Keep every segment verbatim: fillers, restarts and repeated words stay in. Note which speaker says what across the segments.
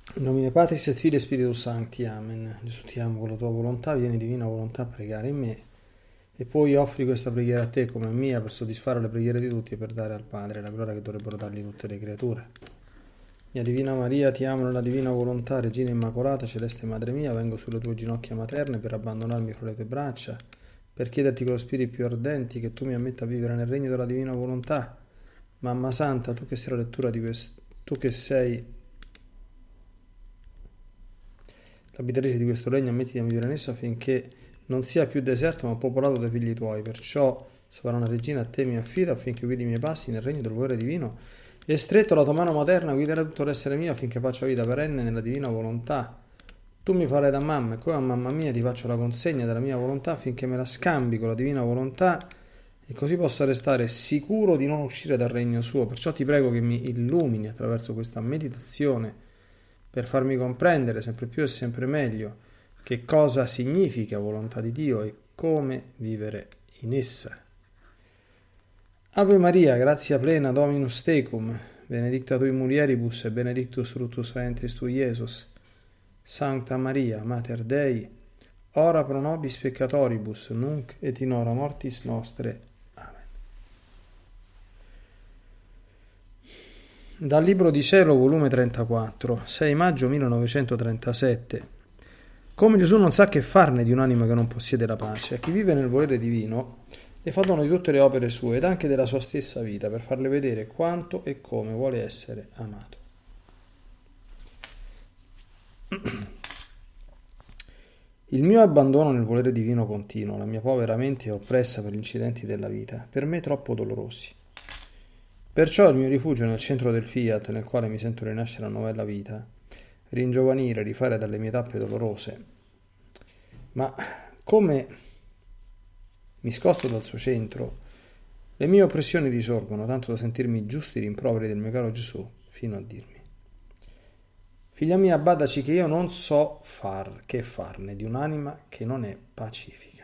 Speaker 1: In nomine Patris et Filii e Spiritus Sancti. Amen. Gesù, ti amo con la tua volontà, vieni divina volontà a pregare in me e poi offri questa preghiera a te come mia per soddisfare le preghiere di tutti e per dare al Padre la gloria che dovrebbero dargli tutte le creature. Mia Divina Maria, ti amo nella divina volontà, Regina Immacolata, Celeste Madre mia, vengo sulle tue ginocchia materne per abbandonarmi fra le tue braccia, per chiederti con lo spirito più ardenti che tu mi ammetta a vivere nel regno della divina volontà. Mamma Santa, tu che sei la lettura di questo, tu che sei l'abitatrice di questo regno, ammettiti a vivere in esso affinché non sia più deserto ma popolato dai figli tuoi. Perciò, sovrana Regina, a te mi affido affinché guidi i miei passi nel regno del volere divino e stretto la tua mano materna guiderai tutto l'essere mio affinché faccia vita perenne nella divina volontà. Tu mi farai da mamma e come a mamma mia ti faccio la consegna della mia volontà affinché me la scambi con la divina volontà e così possa restare sicuro di non uscire dal regno suo. Perciò ti prego che mi illumini attraverso questa meditazione per farmi comprendere sempre più e sempre meglio che cosa significa volontà di Dio e come vivere in essa. Ave Maria, grazia plena, Dominus tecum, benedicta tui mulieribus e benedictus fructus ventris tui, Iesus. Sancta Maria, Mater Dei, ora pro nobis peccatoribus, nunc et in hora mortis nostre. Dal Libro di Cielo, volume trentaquattro, sei maggio millenovecentotrentasette. Come Gesù non sa che farne di un'anima che non possiede la pace, a chi vive nel volere divino le fa dono di tutte le opere sue ed anche della sua stessa vita per farle vedere quanto e come vuole essere amato. Il mio abbandono nel volere divino continuo, la mia povera mente è oppressa per gli incidenti della vita, per me troppo dolorosi. Perciò il mio rifugio è nel centro del fiat, nel quale mi sento rinascere a novella vita, ringiovanire, rifare dalle mie tappe dolorose. Ma come mi scosto dal suo centro, le mie oppressioni risorgono, tanto da sentirmi giusti rimproveri del mio caro Gesù, fino a dirmi: figlia mia, badaci che io non so far che farne di un'anima che non è pacifica.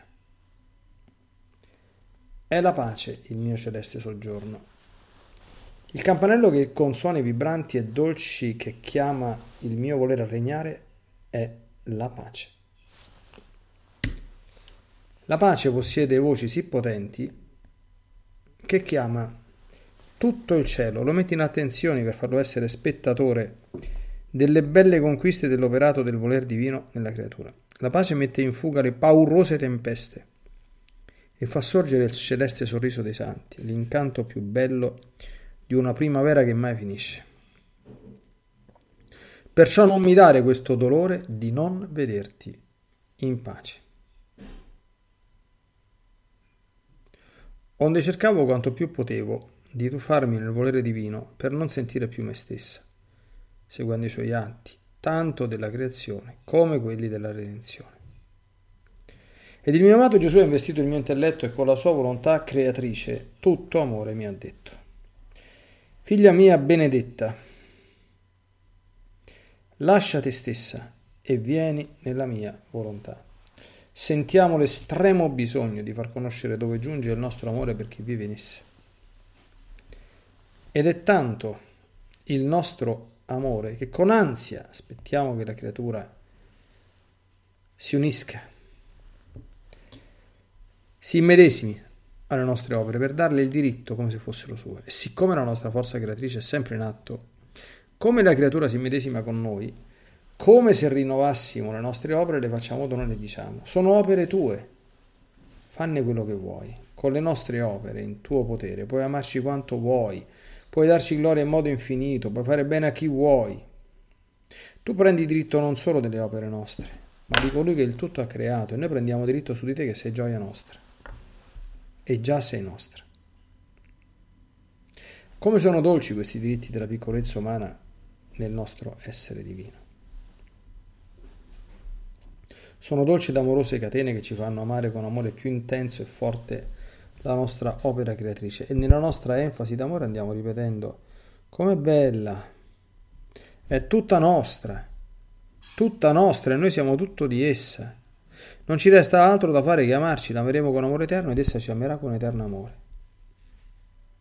Speaker 1: È la pace il mio celeste soggiorno. Il campanello che con suoni vibranti e dolci che chiama il mio volere a regnare è la pace. La pace possiede voci sì potenti che chiama tutto il cielo, lo mette in attenzione per farlo essere spettatore delle belle conquiste dell'operato del voler divino nella creatura. La pace mette in fuga le paurose tempeste e fa sorgere il celeste sorriso dei santi, l'incanto più bello di una primavera che mai finisce. Perciò non mi dare questo dolore di non vederti in pace. Onde cercavo quanto più potevo di tuffarmi nel volere divino per non sentire più me stessa, seguendo i suoi atti, tanto della creazione come quelli della redenzione. Ed il mio amato Gesù ha investito il mio intelletto e con la sua volontà creatrice tutto amore mi ha detto: figlia mia benedetta, lascia te stessa e vieni nella mia volontà. Sentiamo l'estremo bisogno di far conoscere dove giunge il nostro amore per chi vive in essa. Ed è tanto il nostro amore che con ansia aspettiamo che la creatura si unisca, si immedesimi alle nostre opere per darle il diritto come se fossero sue. E siccome la nostra forza creatrice è sempre in atto, come la creatura si immedesima con noi, come se rinnovassimo le nostre opere, le facciamo dono e le diciamo: sono opere tue, fanne quello che vuoi. Con le nostre opere, in tuo potere, puoi amarci quanto vuoi, puoi darci gloria in modo infinito, puoi fare bene a chi vuoi. Tu prendi diritto non solo delle opere nostre, ma di colui che il tutto ha creato, e noi prendiamo diritto su di te che sei gioia nostra. E già sei nostra. Come sono dolci questi diritti della piccolezza umana nel nostro essere divino. Sono dolci ed amorose catene che ci fanno amare con amore più intenso e forte la nostra opera creatrice, e nella nostra enfasi d'amore andiamo ripetendo: com'è bella, è tutta nostra, tutta nostra, e noi siamo tutto di essa. Non ci resta altro da fare che amarci, l'ameremo con amore eterno ed essa ci amerà con eterno amore.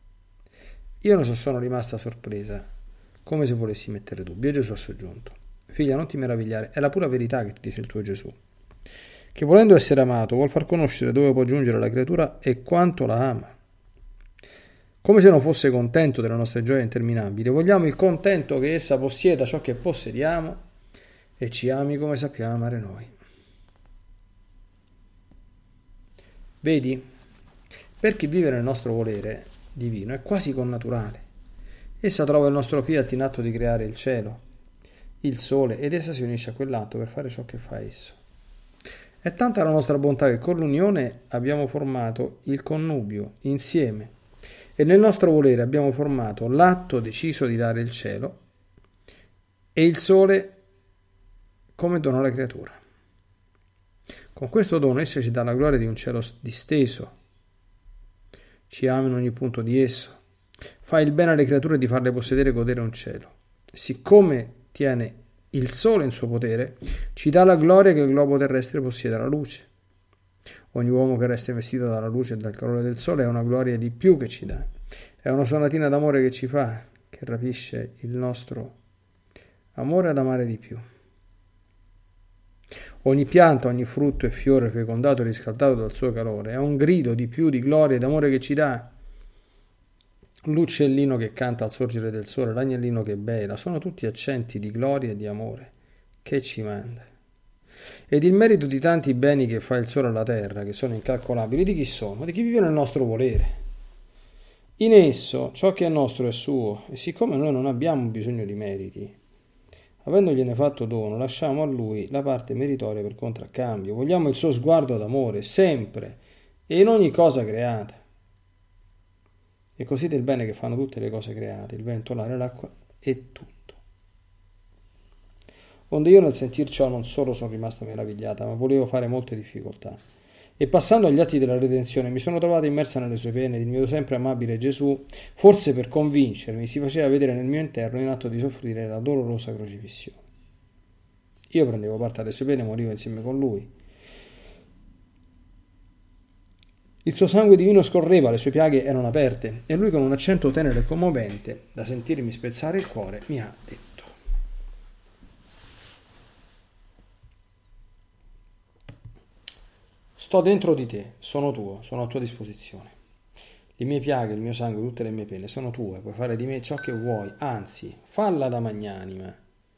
Speaker 1: Io ne sono rimasta sorpresa, come se volessi mettere dubbio, e Gesù ha soggiunto: Figlia, non ti meravigliare, è la pura verità che ti dice il tuo Gesù, che volendo essere amato vuol far conoscere dove può giungere la creatura e quanto la ama. Come se non fosse contento delle nostre gioie interminabili, vogliamo il contento che essa possieda ciò che possediamo e ci ami come sappiamo amare noi. Vedi? Per chi vive nel nostro volere divino è quasi connaturale. Essa trova il nostro fiat in atto di creare il cielo, il sole, ed essa si unisce a quell'atto per fare ciò che fa esso. È tanta la nostra bontà che con l'unione abbiamo formato il connubio insieme e nel nostro volere abbiamo formato l'atto deciso di dare il cielo e il sole come dono alla creatura. Con questo dono essa ci dà la gloria di un cielo disteso, ci ama in ogni punto di esso, fa il bene alle creature di farle possedere e godere un cielo. Siccome tiene il sole in suo potere, ci dà la gloria che il globo terrestre possiede la luce. Ogni uomo che resta investito dalla luce e dal calore del sole è una gloria di più che ci dà. È una sonatina d'amore che ci fa, che rapisce il nostro amore ad amare di più. Ogni pianta, ogni frutto e fiore fecondato e riscaldato dal suo calore è un grido di più di gloria e d'amore che ci dà. L'uccellino che canta al sorgere del sole, l'agnellino che bela, sono tutti accenti di gloria e di amore che ci manda. Ed il merito di tanti beni che fa il sole alla terra, che sono incalcolabili, di chi sono? Di chi vive nel nostro volere. In esso ciò che è nostro è suo, e siccome noi non abbiamo bisogno di meriti, avendogliene fatto dono, lasciamo a lui la parte meritoria per contraccambio. Vogliamo il suo sguardo d'amore, sempre e in ogni cosa creata. E così del bene che fanno tutte le cose create, il vento, l'aria, l'acqua e tutto. Onde io nel sentir ciò non solo sono rimasta meravigliata, ma volevo fare molte difficoltà. E passando agli atti della redenzione mi sono trovata immersa nelle sue pene, ed il mio sempre amabile Gesù, forse per convincermi, si faceva vedere nel mio interno in atto di soffrire la dolorosa crocifissione. Io prendevo parte alle sue pene e morivo insieme con lui. Il suo sangue divino scorreva, le sue piaghe erano aperte, e lui con un accento tenero e commovente, da sentirmi spezzare il cuore, mi ha detto: sto dentro di te, sono tuo, sono a tua disposizione. Le mie piaghe, il mio sangue, tutte le mie pene sono tue, puoi fare di me ciò che vuoi, anzi, falla da magnanima,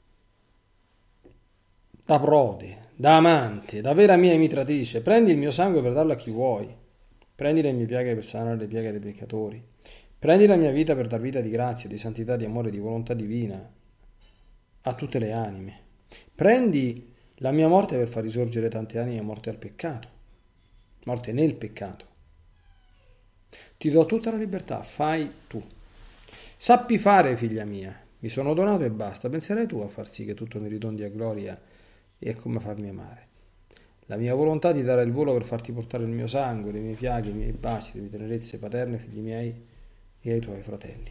Speaker 1: da prode, da amante, da vera mia imitratrice. Prendi il mio sangue per darlo a chi vuoi. Prendi le mie piaghe per sanare le piaghe dei peccatori. Prendi la mia vita per dar vita di grazia, di santità, di amore, di volontà divina a tutte le anime. Prendi la mia morte per far risorgere tante anime morte al peccato, morte nel peccato. Ti do tutta la libertà, fai tu. Sappi fare, figlia mia, mi sono donato e basta. Penserai tu a far sì che tutto mi ritondi a gloria e a come farmi amare. La mia volontà di dare il volo per farti portare il mio sangue, le mie piaghe, i miei baci, le mie tenerezze paterne, figli miei e ai tuoi fratelli.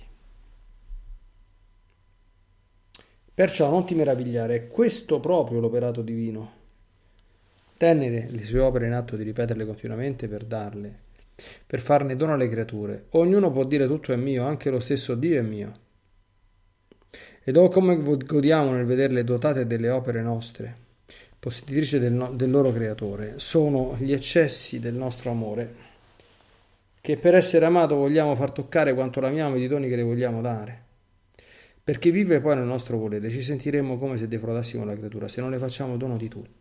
Speaker 1: Perciò non ti meravigliare, è questo proprio l'operato divino. Tenere le sue opere in atto di ripeterle continuamente per darle, per farne dono alle creature. Ognuno può dire tutto è mio, anche lo stesso Dio è mio. Ed oh come godiamo nel vederle dotate delle opere nostre, posseditrice del, no, del loro creatore. Sono gli eccessi del nostro amore, che per essere amato vogliamo far toccare quanto l'amiamo e i doni che le vogliamo dare. Perché vive poi nel nostro volere, ci sentiremmo come se defraudassimo la creatura, se non le facciamo dono di tutto.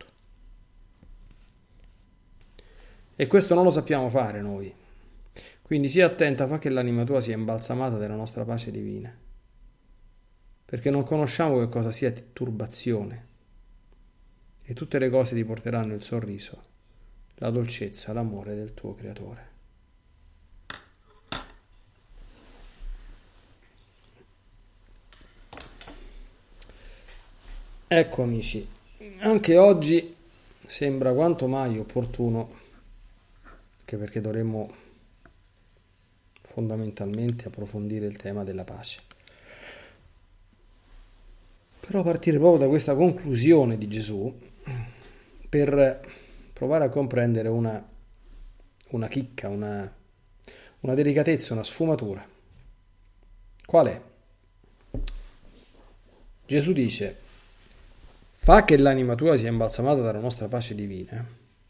Speaker 1: E questo non lo sappiamo fare noi. Quindi sii attenta, fa che l'anima tua sia imbalsamata della nostra pace divina, perché non conosciamo che cosa sia turbazione, e tutte le cose ti porteranno il sorriso, la dolcezza, l'amore del tuo creatore. Ecco amici, anche oggi sembra quanto mai opportuno, anche perché dovremmo fondamentalmente approfondire il tema della pace, però partire proprio da questa conclusione di Gesù per provare a comprendere una, una chicca, una, una delicatezza, una sfumatura. Qual è? Gesù dice: fa che l'anima tua sia imbalsamata dalla nostra pace divina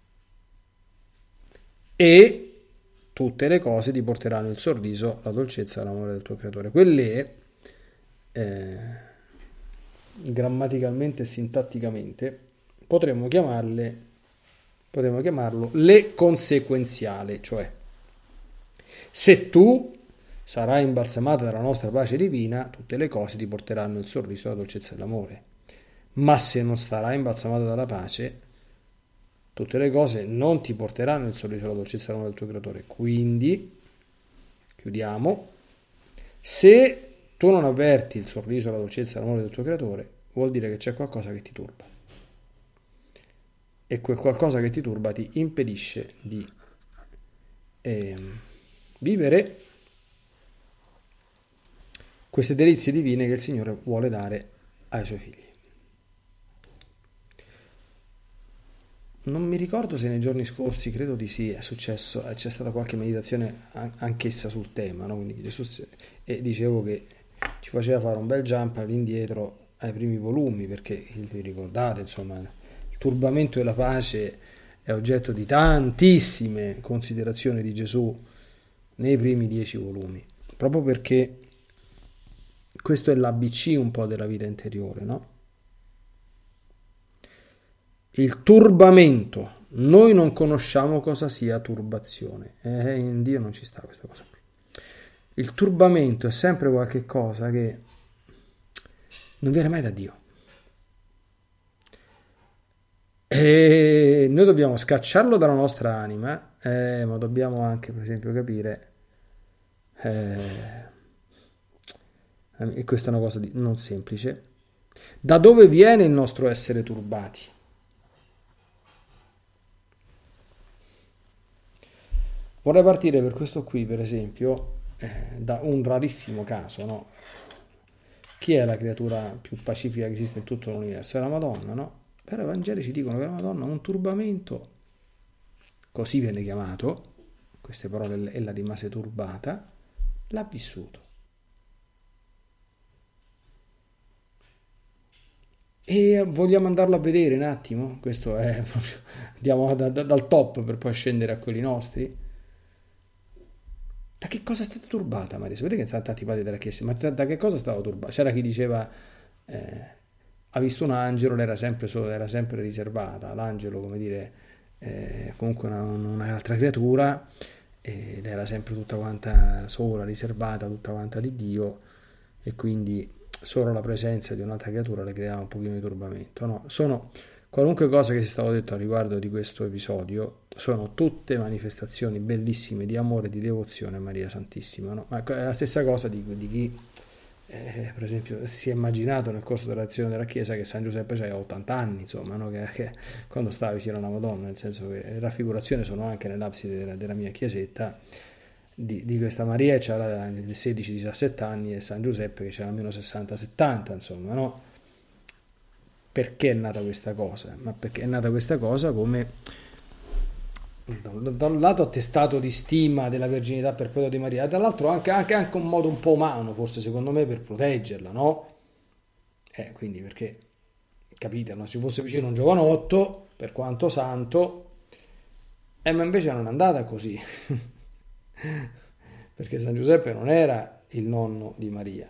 Speaker 1: e tutte le cose ti porteranno il sorriso, la dolcezza e l'amore del tuo creatore. Quelle eh, grammaticalmente e sintatticamente potremmo chiamarle potremmo chiamarlo le conseguenziali, cioè se tu sarai imbalsamata dalla nostra pace divina, tutte le cose ti porteranno il sorriso, la dolcezza e l'amore. Ma se non starai imbalsamata dalla pace, tutte le cose non ti porteranno il sorriso, la dolcezza e l'amore del tuo creatore. Quindi, chiudiamo, se tu non avverti il sorriso, la dolcezza e l'amore del tuo creatore, vuol dire che c'è qualcosa che ti turba. E quel qualcosa che ti turba ti impedisce di eh, vivere queste delizie divine che il Signore vuole dare ai suoi figli. Non mi ricordo se nei giorni scorsi, credo di sì, è successo, c'è stata qualche meditazione anch'essa sul tema, no? Quindi Gesù, e dicevo che ci faceva fare un bel jump all'indietro ai primi volumi, perché vi ricordate, insomma, il turbamento e la pace è oggetto di tantissime considerazioni di Gesù nei primi dieci volumi, proprio perché questo è l'A B C un po' della vita interiore, no? Il turbamento. Noi non conosciamo cosa sia turbazione. Eh, in Dio non ci sta questa cosa qui. Il turbamento è sempre qualche cosa che non viene mai da Dio. E noi dobbiamo scacciarlo dalla nostra anima, eh, ma dobbiamo anche, per esempio, capire, eh, e questa è una cosa di, non semplice, da dove viene il nostro essere turbati. Vorrei partire per questo qui, per esempio, eh, da un rarissimo caso, no? Chi è la creatura più pacifica che esiste in tutto l'universo? È la Madonna, no? Però i Vangeli ci dicono che la Madonna ha un turbamento, così viene chiamato, queste parole, ella rimase turbata, l'ha vissuto. E vogliamo andarlo a vedere un attimo? Questo è proprio, andiamo da, da, dal top per poi scendere a quelli nostri. Da che cosa è stata turbata Maria? Sapete che tanti padri della Chiesa, ma da, da che cosa stava turbata? C'era chi diceva eh, ha visto un angelo, era sempre, solo, era sempre riservata, l'angelo, come dire, eh, comunque una, un'altra creatura, ed era sempre tutta quanta sola, riservata, tutta quanta di Dio, e quindi solo la presenza di un'altra creatura le creava un pochino di turbamento, no? Sono qualunque cosa che sia stato detto a riguardo di questo episodio, sono tutte manifestazioni bellissime di amore e di devozione a Maria Santissima, no? Ma è la stessa cosa di, di chi Eh, per esempio si è immaginato nel corso dell'azione della Chiesa che San Giuseppe aveva ottanta anni, insomma, no? che, che quando stava vicino alla Madonna, nel senso che le raffigurazioni sono anche nell'abside della, della mia chiesetta di, di questa Maria che ha sedici diciassette anni e San Giuseppe che c'era almeno sessanta settanta, insomma, no? Perché è nata questa cosa? Ma perché è nata questa cosa come da un lato attestato di stima della verginità perpetua di Maria, e dall'altro anche, anche, anche un modo un po' umano, forse secondo me, per proteggerla, no? Eh, quindi perché, capite, no? Se fosse vicino un giovanotto, per quanto santo, eh, ma invece non è andata così, perché San Giuseppe non era il nonno di Maria,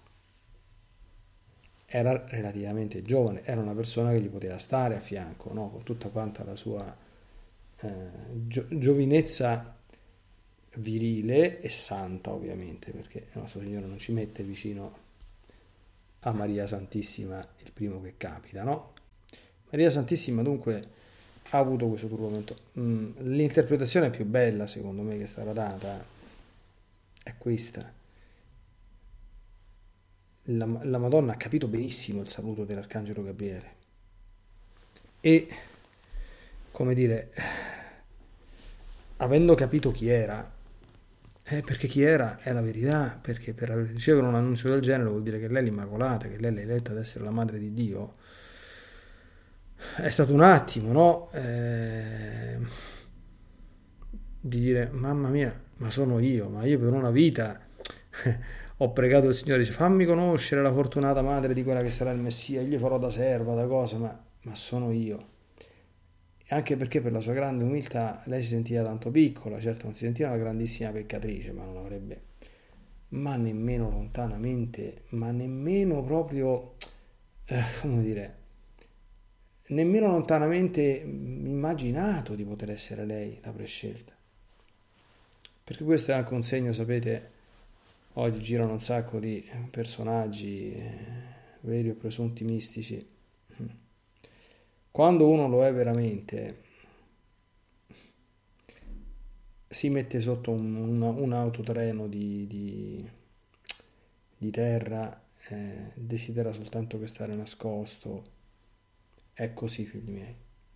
Speaker 1: era relativamente giovane, era una persona che gli poteva stare a fianco, no? Con tutta quanta la sua Eh, gio- giovinezza virile e santa, ovviamente, perché il nostro Signore non ci mette vicino a Maria Santissima il primo che capita, no? Maria Santissima dunque ha avuto questo turbamento. Mm, l'interpretazione più bella, secondo me, che è stata data è questa. La, la Madonna ha capito benissimo il saluto dell'Arcangelo Gabriele e, come dire, avendo capito chi era, eh, perché chi era è la verità, perché per ricevere un annunzio del genere vuol dire che lei è l'Immacolata, che lei è eletta ad essere la madre di Dio. È stato un attimo, no? Eh, di dire, mamma mia, ma sono io, ma io per una vita ho pregato il Signore, dice, fammi conoscere la fortunata madre di quella che sarà il Messia, io gli farò da serva, da cosa, ma, ma sono io. Anche perché per la sua grande umiltà lei si sentiva tanto piccola, certo non si sentiva una grandissima peccatrice, ma non avrebbe, ma nemmeno lontanamente, ma nemmeno proprio, eh, come dire, nemmeno lontanamente immaginato di poter essere lei la prescelta. Perché questo è anche un segno, sapete, oggi girano un sacco di personaggi eh, veri o presunti mistici. Quando uno lo è veramente, si mette sotto un, un, un autotreno di, di, di terra, eh, desidera soltanto che stare nascosto. È così, figli miei.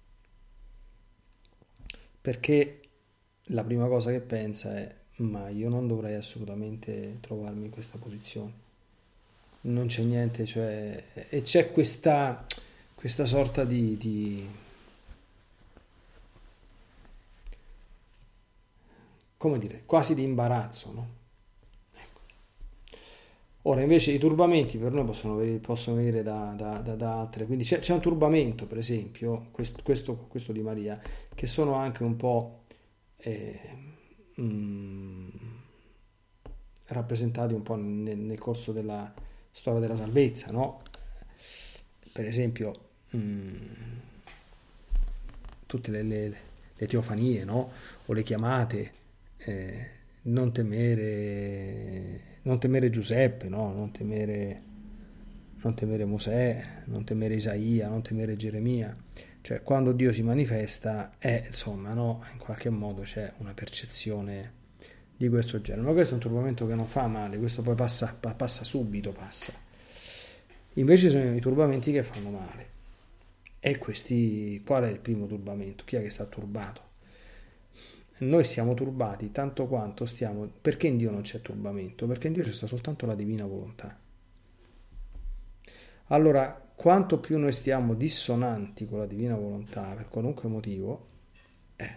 Speaker 1: Perché la prima cosa che pensa è, ma io non dovrei assolutamente trovarmi in questa posizione. Non c'è niente, cioè, e c'è questa, questa sorta di, di, come dire, quasi di imbarazzo, no? Ecco. Ora, invece, i turbamenti per noi possono venire, possono venire da, da, da, da altre, quindi c'è, c'è un turbamento, per esempio, questo, questo, questo di Maria, che sono anche un po' eh, mm, rappresentati un po' nel, nel corso della storia della salvezza, no? Per esempio, mh, tutte le, le, le teofanie, no? O le chiamate, eh, non temere, non temere Giuseppe, no? Non temere, non temere Mosè, non temere Isaia, non temere Geremia. Cioè, quando Dio si manifesta, è, insomma, no? In qualche modo c'è una percezione di questo genere. Ma questo è un turbamento che non fa male, questo poi passa, passa subito, passa. Invece sono i turbamenti che fanno male. E questi, qual è il primo turbamento? Chi è che sta turbato? Noi siamo turbati tanto quanto stiamo... Perché in Dio non c'è turbamento? Perché in Dio c'è sta soltanto la divina volontà. Allora, quanto più noi stiamo dissonanti con la divina volontà, per qualunque motivo, eh,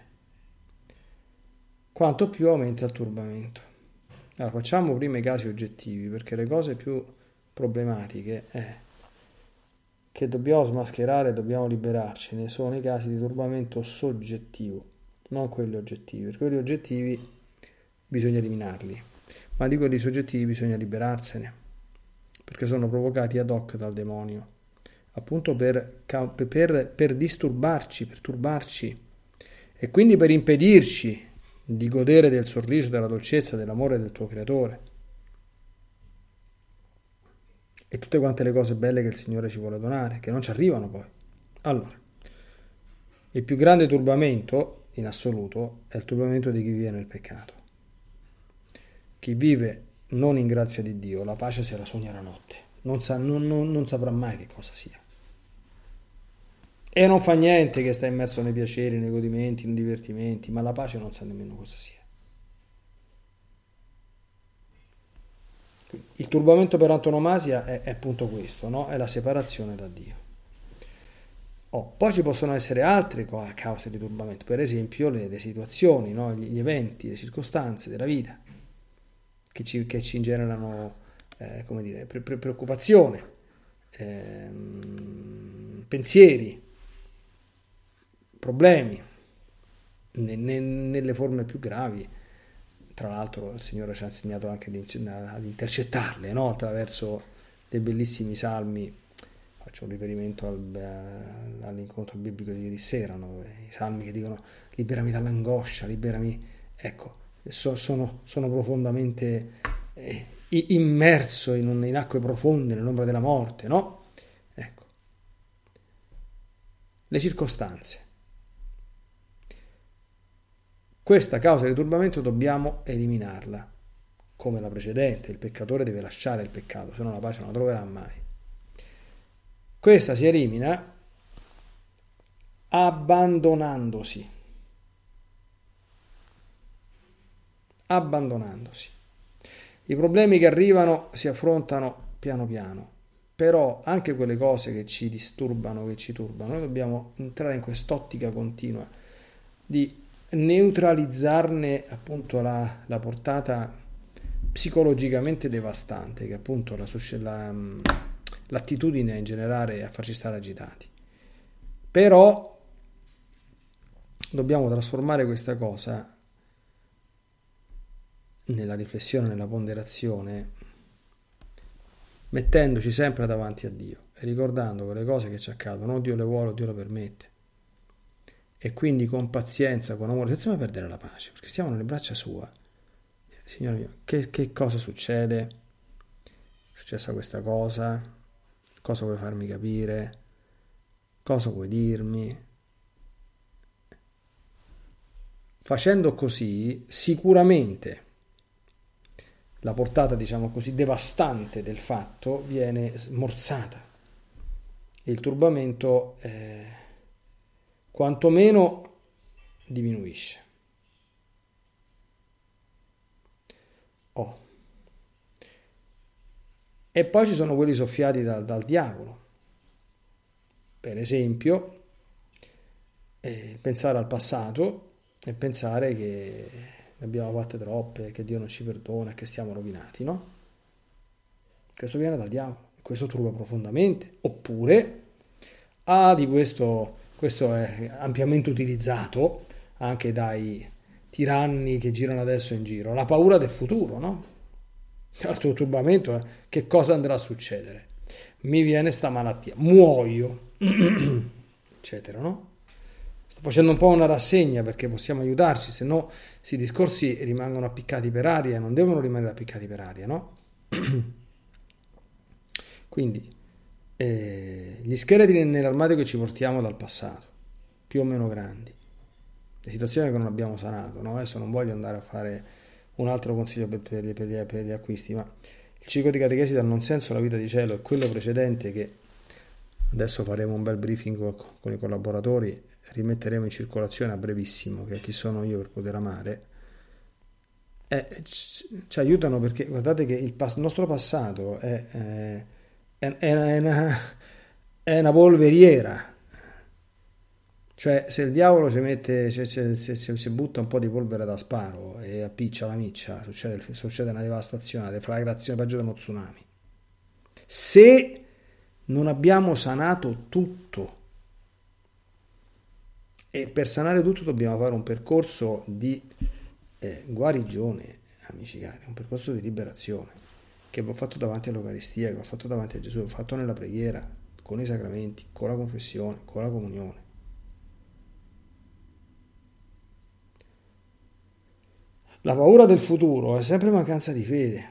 Speaker 1: quanto più aumenta il turbamento. Allora, facciamo prima i casi oggettivi, perché le cose più problematiche è che dobbiamo smascherare, dobbiamo liberarcene, sono i casi di turbamento soggettivo, non quelli oggettivi. Per quelli oggettivi bisogna eliminarli, ma di quelli soggettivi bisogna liberarsene, perché sono provocati ad hoc dal demonio, appunto per, per, per disturbarci, per turbarci, e quindi per impedirci di godere del sorriso, della dolcezza, dell'amore del tuo creatore. E tutte quante le cose belle che il Signore ci vuole donare, che non ci arrivano poi. Allora, il più grande turbamento in assoluto è il turbamento di chi vive nel peccato. Chi vive non in grazia di Dio, la pace se la sogna la notte, non, sa, non, non, non saprà mai che cosa sia. E non fa niente che sta immerso nei piaceri, nei godimenti, nei divertimenti, ma la pace non sa nemmeno cosa sia. Il turbamento per antonomasia è, è appunto questo, no? È la separazione da Dio. Oh, poi ci possono essere altre cause di turbamento, per esempio le, le situazioni, no? gli, gli eventi, le circostanze della vita che ci, che ci generano eh, come dire, pre- pre- preoccupazione, ehm, pensieri, problemi, ne, ne, nelle forme più gravi. Tra l'altro il Signore ci ha insegnato anche ad intercettarle, no? Attraverso dei bellissimi salmi. Faccio un riferimento al, all'incontro biblico di ieri sera, no? I salmi che dicono liberami dall'angoscia, liberami, ecco, so, sono, sono profondamente eh, immerso in, un, in acque profonde, nell'ombra della morte, no? Ecco. Le circostanze. Questa causa di turbamento dobbiamo eliminarla, come la precedente. Il peccatore deve lasciare il peccato, se no la pace non la troverà mai. Questa si elimina abbandonandosi. Abbandonandosi. I problemi che arrivano si affrontano piano piano, però anche quelle cose che ci disturbano, che ci turbano, noi dobbiamo entrare in quest'ottica continua di neutralizzarne appunto la, la portata psicologicamente devastante, che è appunto la, la, l'attitudine in generale a farci stare agitati. Però dobbiamo trasformare questa cosa nella riflessione, nella ponderazione, mettendoci sempre davanti a Dio e ricordando che le cose che ci accadono Dio le vuole, Dio le permette, e quindi con pazienza, con amore, senza mai perdere la pace, perché stiamo nelle braccia sua. Signore mio, che, che cosa succede? È successa questa cosa? Cosa vuoi farmi capire? Cosa vuoi dirmi? Facendo così, sicuramente la portata, diciamo così, devastante del fatto viene smorzata e il turbamento eh, quantomeno diminuisce. Oh. E poi ci sono quelli soffiati dal, dal diavolo. Per esempio, eh, pensare al passato e pensare che ne abbiamo fatte troppe, che Dio non ci perdona, che stiamo rovinati, no? Questo viene dal diavolo, questo turba profondamente. Oppure, ah, di questo, questo è ampiamente utilizzato anche dai tiranni che girano adesso in giro, la paura del futuro, no? L'altro turbamento è che cosa andrà a succedere? Mi viene sta malattia, muoio, eccetera, no? Sto facendo un po' una rassegna perché possiamo aiutarci, se no questi discorsi rimangono appiccati per aria, non devono rimanere appiccati per aria, no? Quindi eh, gli scheletri nell'armadio che ci portiamo dal passato, più o meno grandi, le situazioni che non abbiamo sanato, no? Adesso non voglio andare a fare un altro consiglio per, per, per, gli, per gli acquisti, ma il ciclo di catechesi dal non senso alla vita di cielo è quello precedente che adesso faremo un bel briefing con, con i collaboratori, rimetteremo in circolazione a brevissimo, che è Chi sono io per poter amare. Eh, ci, ci aiutano perché guardate che il pas- nostro passato è, è, è, è, una, è una polveriera, cioè se il diavolo ci mette se, se, se, se, se butta un po' di polvere da sparo e appiccia la miccia, succede, succede una devastazione, una deflagrazione peggio di uno tsunami. Se non abbiamo sanato tutto, e per sanare tutto dobbiamo fare un percorso di eh, guarigione, amici cari, un percorso di liberazione che va fatto davanti all'Eucaristia, che va fatto davanti a Gesù, va fatto nella preghiera, con i sacramenti, con la confessione, con la comunione. La paura del futuro è sempre mancanza di fede.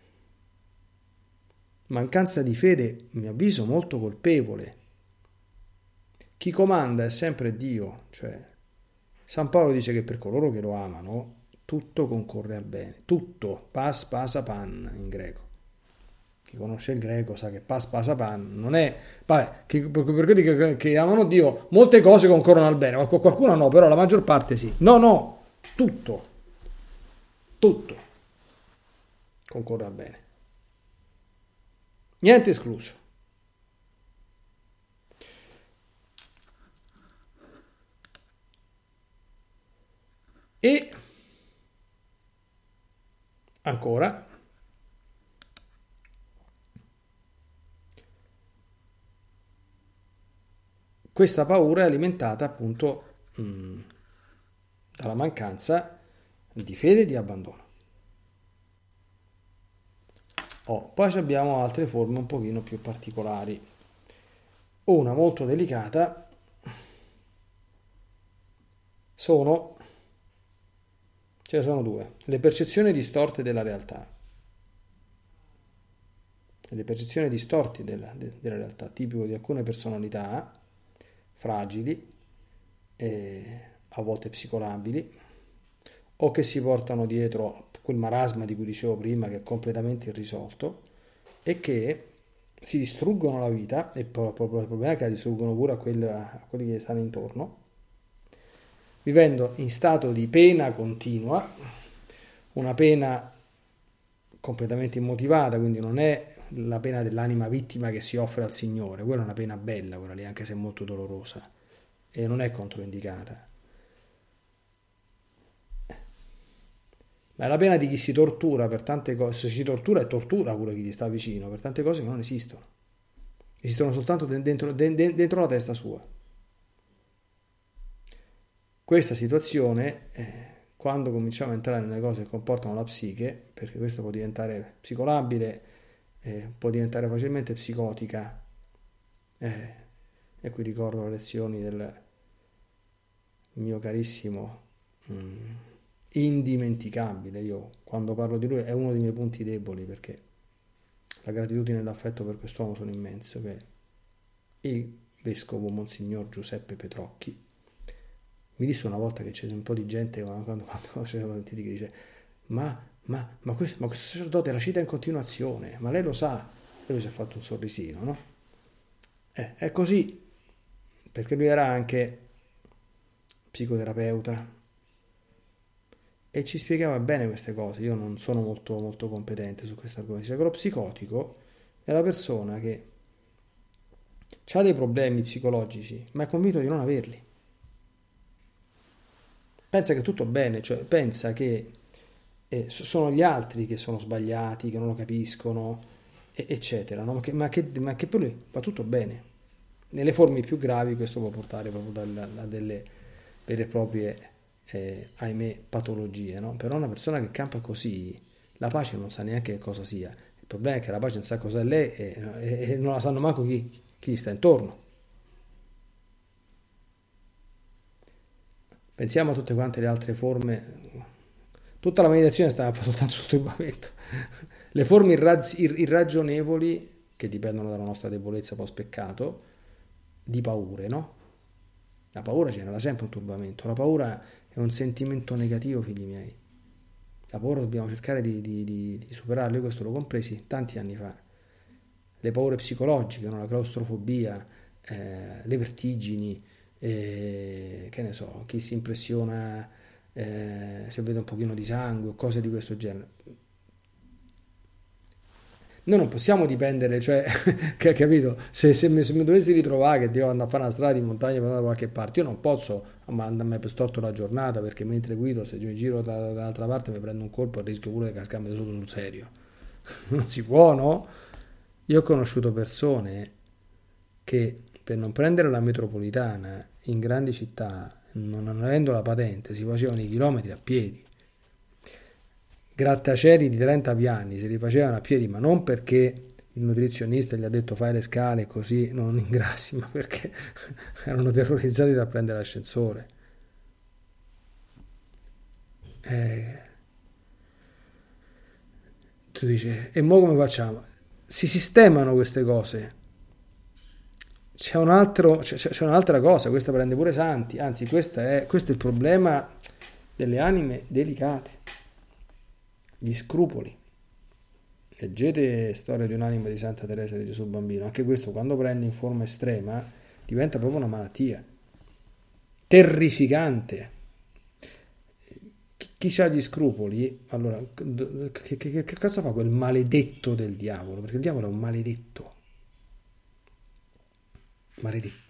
Speaker 1: Mancanza di fede, a mio avviso, molto colpevole. Chi comanda è sempre Dio, cioè San Paolo dice che per coloro che lo amano tutto concorre al bene, tutto, pas pasa pan in greco. Chi conosce il greco sa che pas pasa pan non è, vabbè, che, per quelli che, che amano Dio molte cose concorrono al bene, ma qualcuno no, però la maggior parte sì. No, no, tutto, tutto concorre al bene. Niente escluso. E ancora, questa paura è alimentata appunto mh, dalla mancanza di fede e di abbandono. Oh, poi abbiamo altre forme un pochino più particolari. Una molto delicata sono, ce ne sono due, le percezioni distorte della realtà. Le percezioni distorte della, de, della realtà, tipico di alcune personalità fragili, eh, a volte psicolabili, o che si portano dietro quel marasma di cui dicevo prima, che è completamente irrisolto, e che si distruggono la vita, e poi il problema è che la distruggono pure a, quelli, a quelli che stanno intorno, vivendo in stato di pena continua, una pena completamente immotivata, quindi non è la pena dell'anima vittima che si offre al Signore, quella è una pena bella, quella lì, anche se molto dolorosa, e non è controindicata. Ma è la pena di chi si tortura per tante cose. Se si tortura è tortura pure chi gli sta vicino, per tante cose che non esistono. Esistono soltanto dentro, dentro la testa sua. Questa situazione, eh, quando cominciamo a entrare nelle cose che comportano la psiche, perché questo può diventare psicolabile, eh, può diventare facilmente psicotica, eh, e qui ricordo le lezioni del mio carissimo, mm, indimenticabile, io quando parlo di lui è uno dei miei punti deboli, perché la gratitudine e l'affetto per quest'uomo sono immenso, che è il vescovo Monsignor Giuseppe Petrocchi. Mi disse una volta che c'è un po' di gente quando, quando c'erano sentiti che dice ma, ma, ma, questo, ma questo sacerdote la cita in continuazione, ma lei lo sa? E lui si è fatto un sorrisino, no? Eh, è così, perché lui era anche psicoterapeuta e ci spiegava bene queste cose. Io non sono molto, molto competente su questo argomento. Cioè, quello psicotico è la persona che ha dei problemi psicologici, ma è convinto di non averli. Pensa che è tutto bene, cioè pensa che eh, sono gli altri che sono sbagliati, che non lo capiscono, e, eccetera, no? Ma, che, ma, che, ma che per lui va tutto bene. Nelle forme più gravi questo può portare proprio a delle vere e proprie, eh, ahimè, patologie, no? Però una persona che campa così, la pace non sa neanche che cosa sia. Il problema è che la pace non sa cosa è lei e, e, e non la sanno manco chi, chi gli sta intorno. Pensiamo a tutte quante le altre forme. Tutta la meditazione sta soltanto sul turbamento. Le forme irraz- ir- irragionevoli che dipendono dalla nostra debolezza post peccato, di paure, no? La paura genera sempre un turbamento. La paura è un sentimento negativo, figli miei. La paura dobbiamo cercare di, di, di, di superarla. Io questo l'ho compresi tanti anni fa. Le paure psicologiche, no? La claustrofobia, eh, le vertigini, eh, che ne so, chi si impressiona eh, se vede un pochino di sangue o cose di questo genere. Noi non possiamo dipendere, cioè, che, capito? Se, se, mi, se mi dovessi ritrovare che devo andare a fare una strada di montagna per andare da qualche parte, io non posso andarmi per storto la giornata, perché mentre guido, se mi giro da, dall'altra parte mi prendo un colpo e rischio pure di cascarmi sotto sul serio. Non si può, no? Io ho conosciuto persone che per non prendere la metropolitana in grandi città, non avendo la patente, si facevano i chilometri a piedi. Grattacieli di trenta piani si rifacevano a piedi, ma non perché il nutrizionista gli ha detto fai le scale così non ingrassi, ma perché erano terrorizzati da prendere l'ascensore. Eh, tu dici, e mo come facciamo? Si sistemano queste cose. C'è, un altro, c'è, c'è un'altra cosa, questa prende pure santi, anzi questo è, questo è il problema delle anime delicate. Gli scrupoli. Leggete Storia di un'anima di Santa Teresa di Gesù Bambino. Anche questo, quando prende in forma estrema, diventa proprio una malattia terrificante. Chi, chi ha gli scrupoli, allora, che, che, che cazzo fa quel maledetto del diavolo? Perché il diavolo è un maledetto. Maledetto.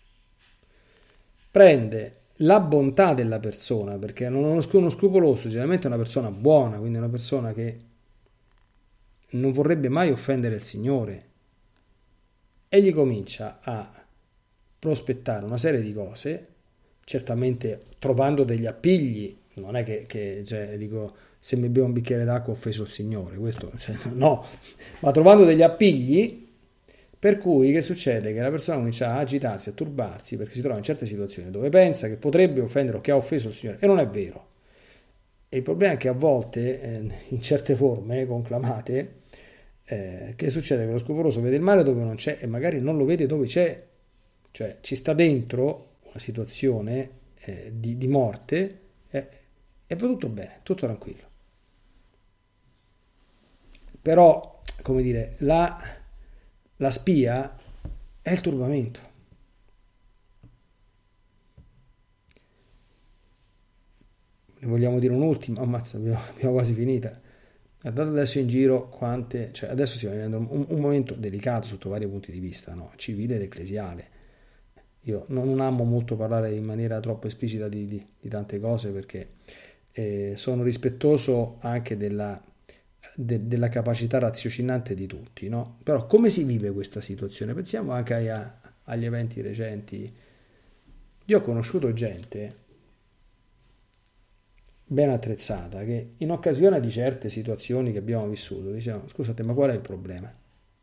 Speaker 1: Prende la bontà della persona, perché non uno scrupoloso generalmente è una persona buona, quindi è una persona che non vorrebbe mai offendere il Signore, e gli comincia a prospettare una serie di cose, certamente trovando degli appigli. Non è che, che cioè, dico, se mi bevo un bicchiere d'acqua ho offeso il Signore, questo, cioè, no, ma trovando degli appigli. Per cui che succede? Che la persona comincia a agitarsi, a turbarsi, perché si trova in certe situazioni dove pensa che potrebbe offendere o che ha offeso il Signore, e non è vero. E il problema è che a volte, eh, in certe forme conclamate, eh, che succede? Che lo scrupoloso vede il male dove non c'è e magari non lo vede dove c'è. Cioè ci sta dentro una situazione eh, di, di morte eh, e va tutto bene, tutto tranquillo. Però, come dire, la... La spia è il turbamento. Ne vogliamo dire un'ultima? Ammazza, abbiamo, abbiamo quasi finita. Guardate adesso in giro quante... Cioè adesso stiamo vivendo un, un momento delicato sotto vari punti di vista, no? Civile ed ecclesiale. Io non, non amo molto parlare in maniera troppo esplicita di, di, di tante cose, perché eh, sono rispettoso anche della, de- della capacità raziocinante di tutti, no? Però come si vive questa situazione? Pensiamo anche ai- a- agli eventi recenti. Io ho conosciuto gente ben attrezzata che in occasione di certe situazioni che abbiamo vissuto dicevano: scusate, ma qual è il problema?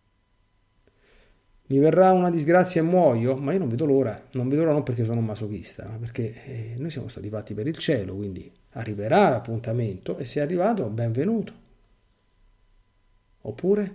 Speaker 1: Mi verrà una disgrazia e muoio? Ma io non vedo l'ora, non vedo l'ora non perché sono un masochista, ma perché eh, noi siamo stati fatti per il cielo, quindi arriverà l'appuntamento e se è arrivato, benvenuto. Oppure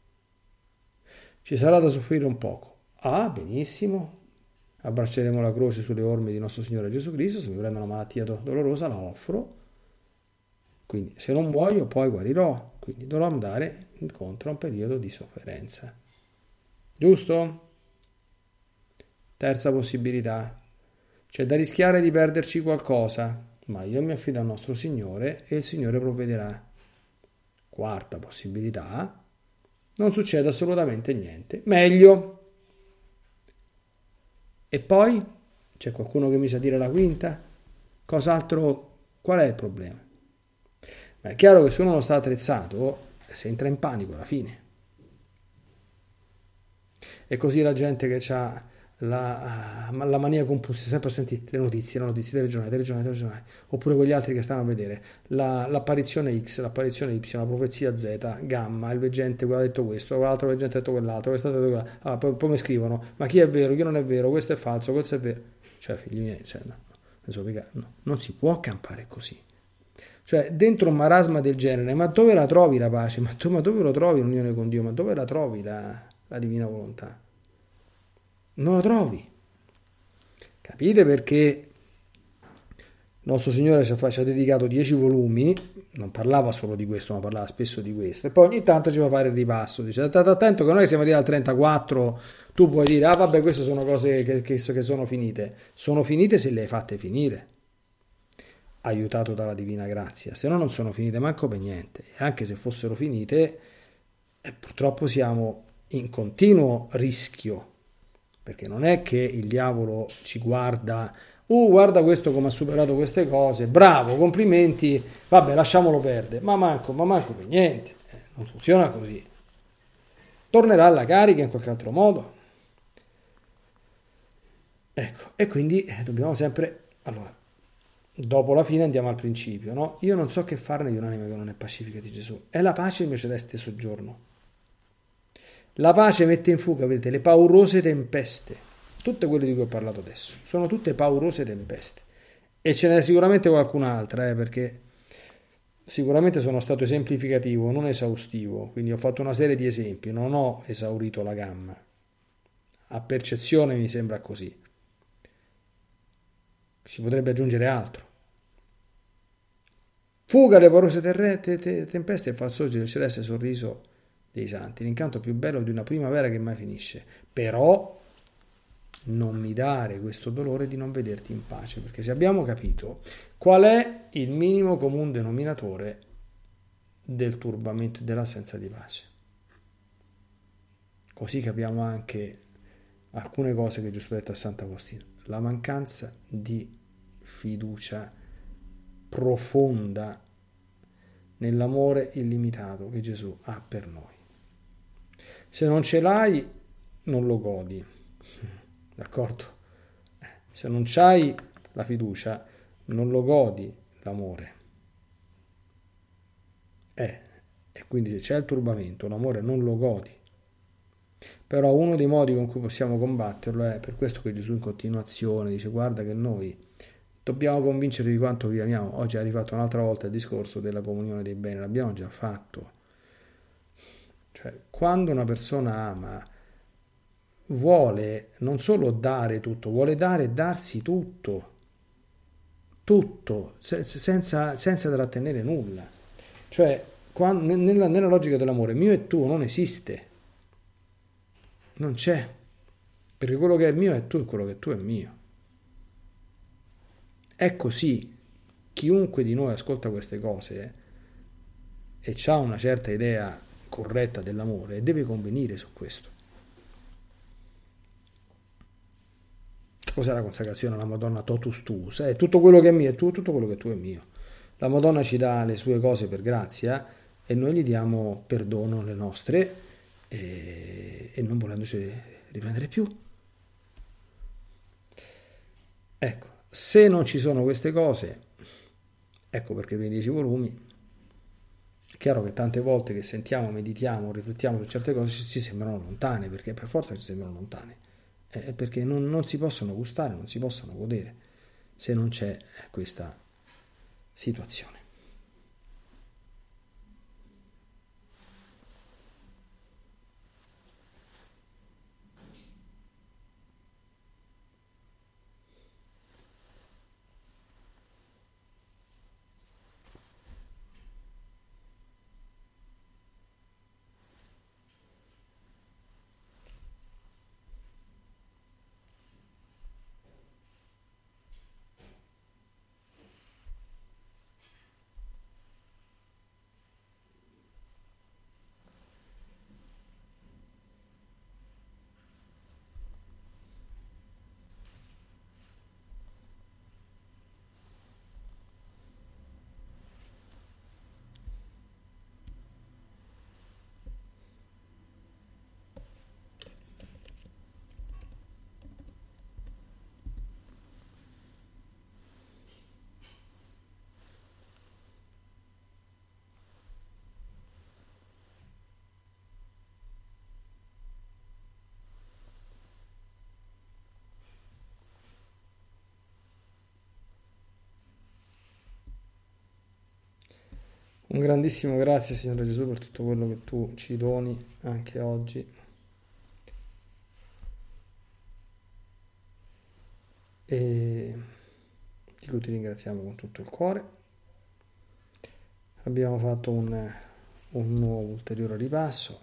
Speaker 1: ci sarà da soffrire un poco. Ah, benissimo, abbracceremo la croce sulle orme di nostro Signore Gesù Cristo, se mi prendo una malattia do- dolorosa la offro, quindi se non muoio poi guarirò, quindi dovrò andare incontro a un periodo di sofferenza. Giusto? Terza possibilità. C'è da rischiare di perderci qualcosa, ma io mi affido al nostro Signore e il Signore provvederà. Quarta possibilità. Non succede assolutamente niente. Meglio. E poi? C'è qualcuno che mi sa dire la quinta? Cos'altro? Qual è il problema? Ma è chiaro che se uno non sta attrezzato, si entra in panico alla fine. E così la gente che ha la, la mania compulsiva, sempre a sentire le notizie, le notizie, telegiornali, telegiornali, telegiornali, oppure quegli altri che stanno a vedere la, l'apparizione X, l'apparizione Y, la profezia Z, gamma, il veggente, quello ha detto questo, quell'altro veggente ha detto quell'altro, questo ha detto quell'altro. Allora, poi, poi mi scrivono, ma chi è vero, chi non è vero, questo è falso, questo è vero. Cioè, figli miei, cioè, no, non, no, non si può campare così. Cioè, dentro un marasma del genere, ma dove la trovi la pace? Ma, tu, ma dove lo trovi l'unione con Dio? Ma dove la trovi la, la divina volontà? Non la trovi. Capite perché il nostro Signore ci ha, ci ha dedicato dieci volumi, non parlava solo di questo, ma parlava spesso di questo, e poi ogni tanto ci fa fare il ripasso, dice state attento che noi siamo arrivati al trentaquattro, tu puoi dire ah vabbè queste sono cose che, che, che sono finite, sono finite se le hai fatte finire, aiutato dalla divina grazia, se no non sono finite manco per niente, e anche se fossero finite eh, purtroppo siamo in continuo rischio, perché non è che il diavolo ci guarda, uh guarda questo come ha superato queste cose, bravo, complimenti, vabbè lasciamolo perdere, ma manco, ma manco per niente, eh, non funziona così, tornerà alla carica in qualche altro modo, ecco, e quindi eh, dobbiamo sempre, allora, dopo la fine andiamo al principio, no? Io non so che farne di un'anima che non è pacifica di Gesù, è la pace il mio celeste soggiorno. La pace mette in fuga, vedete, le paurose tempeste. Tutte quelle di cui ho parlato adesso. Sono tutte paurose tempeste. E ce n'è sicuramente qualcun'altra, eh, perché sicuramente sono stato esemplificativo, non esaustivo. Quindi ho fatto una serie di esempi, non ho esaurito la gamma. A percezione mi sembra così. Si potrebbe aggiungere altro. Fuga le paurose terre, te, te, tempeste e fa sorgere il celeste sorriso dei santi, l'incanto più bello di una primavera che mai finisce. Però non mi dare questo dolore di non vederti in pace, perché se abbiamo capito qual è il minimo comune denominatore del turbamento e dell'assenza di pace, così capiamo anche alcune cose che Gesù ha detto a Sant'Agostino: la mancanza di fiducia profonda nell'amore illimitato che Gesù ha per noi. Se non ce l'hai, non lo godi, d'accordo? Se non c'hai la fiducia, non lo godi l'amore. Eh, e quindi se c'è il turbamento, l'amore non lo godi. Però uno dei modi con cui possiamo combatterlo è per questo che Gesù in continuazione dice: guarda che noi dobbiamo convincere di quanto vi amiamo. Oggi ha rifatto un'altra volta il discorso della comunione dei beni, l'abbiamo già fatto. Cioè, quando una persona ama, vuole non solo dare tutto, vuole dare e darsi tutto, tutto, se- senza, senza trattenere nulla. Cioè, quando, nella, nella logica dell'amore, mio e tuo non esiste, non c'è, perché quello che è mio è tuo e quello che è tuo è mio. È così. Chiunque di noi ascolta queste cose e ha una certa idea corretta dell'amore deve convenire su questo. Cos'è la consacrazione alla Madonna totus tuus? È tutto quello che è mio è tuo, tutto quello che è tuo è mio. La Madonna ci dà le sue cose per grazia e noi gli diamo perdono le nostre e, e non volendoci riprendere più. Ecco, se non ci sono queste cose, ecco perché per i dieci volumi è chiaro che tante volte che sentiamo, meditiamo, riflettiamo su certe cose ci sembrano lontane, perché per forza ci sembrano lontane, eh, perché non, non si possono gustare, non si possono godere se non c'è questa situazione. Un grandissimo grazie, Signore Gesù, per tutto quello che tu ci doni anche oggi. E di cui ti ringraziamo con tutto il cuore. Abbiamo fatto un, un nuovo ulteriore ripasso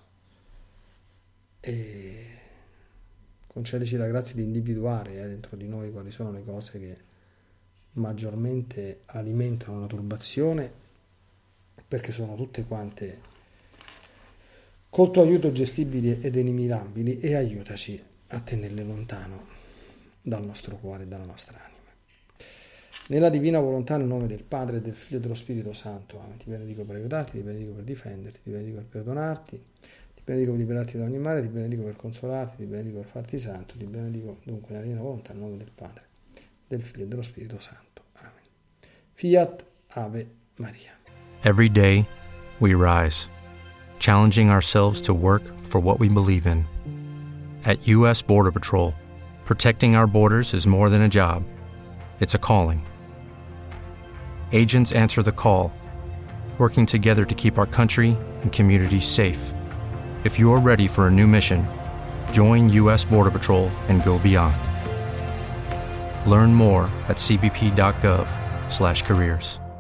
Speaker 1: e concedici la grazia di individuare eh, dentro di noi quali sono le cose che maggiormente alimentano la turbazione, perché sono tutte quante col tuo aiuto gestibili ed eliminabili, e aiutaci a tenerle lontano dal nostro cuore e dalla nostra anima. Nella divina volontà, nel nome del Padre, del Figlio e dello Spirito Santo, amen. Ti benedico per aiutarti, ti benedico per difenderti, ti benedico per perdonarti, ti benedico per liberarti da ogni male, ti benedico per consolarti, ti benedico per farti santo, ti benedico dunque nella divina volontà, nel nome del Padre, del Figlio e dello Spirito Santo. Amen. Fiat Ave Maria.
Speaker 2: Every day, we rise, challenging ourselves to work for what we believe in. At U S Border Patrol, protecting our borders is more than a job. It's a calling. Agents answer the call, working together to keep our country and communities safe. If you're ready for a new mission, join U S Border Patrol and go beyond. Learn more at c b p dot gov slash careers.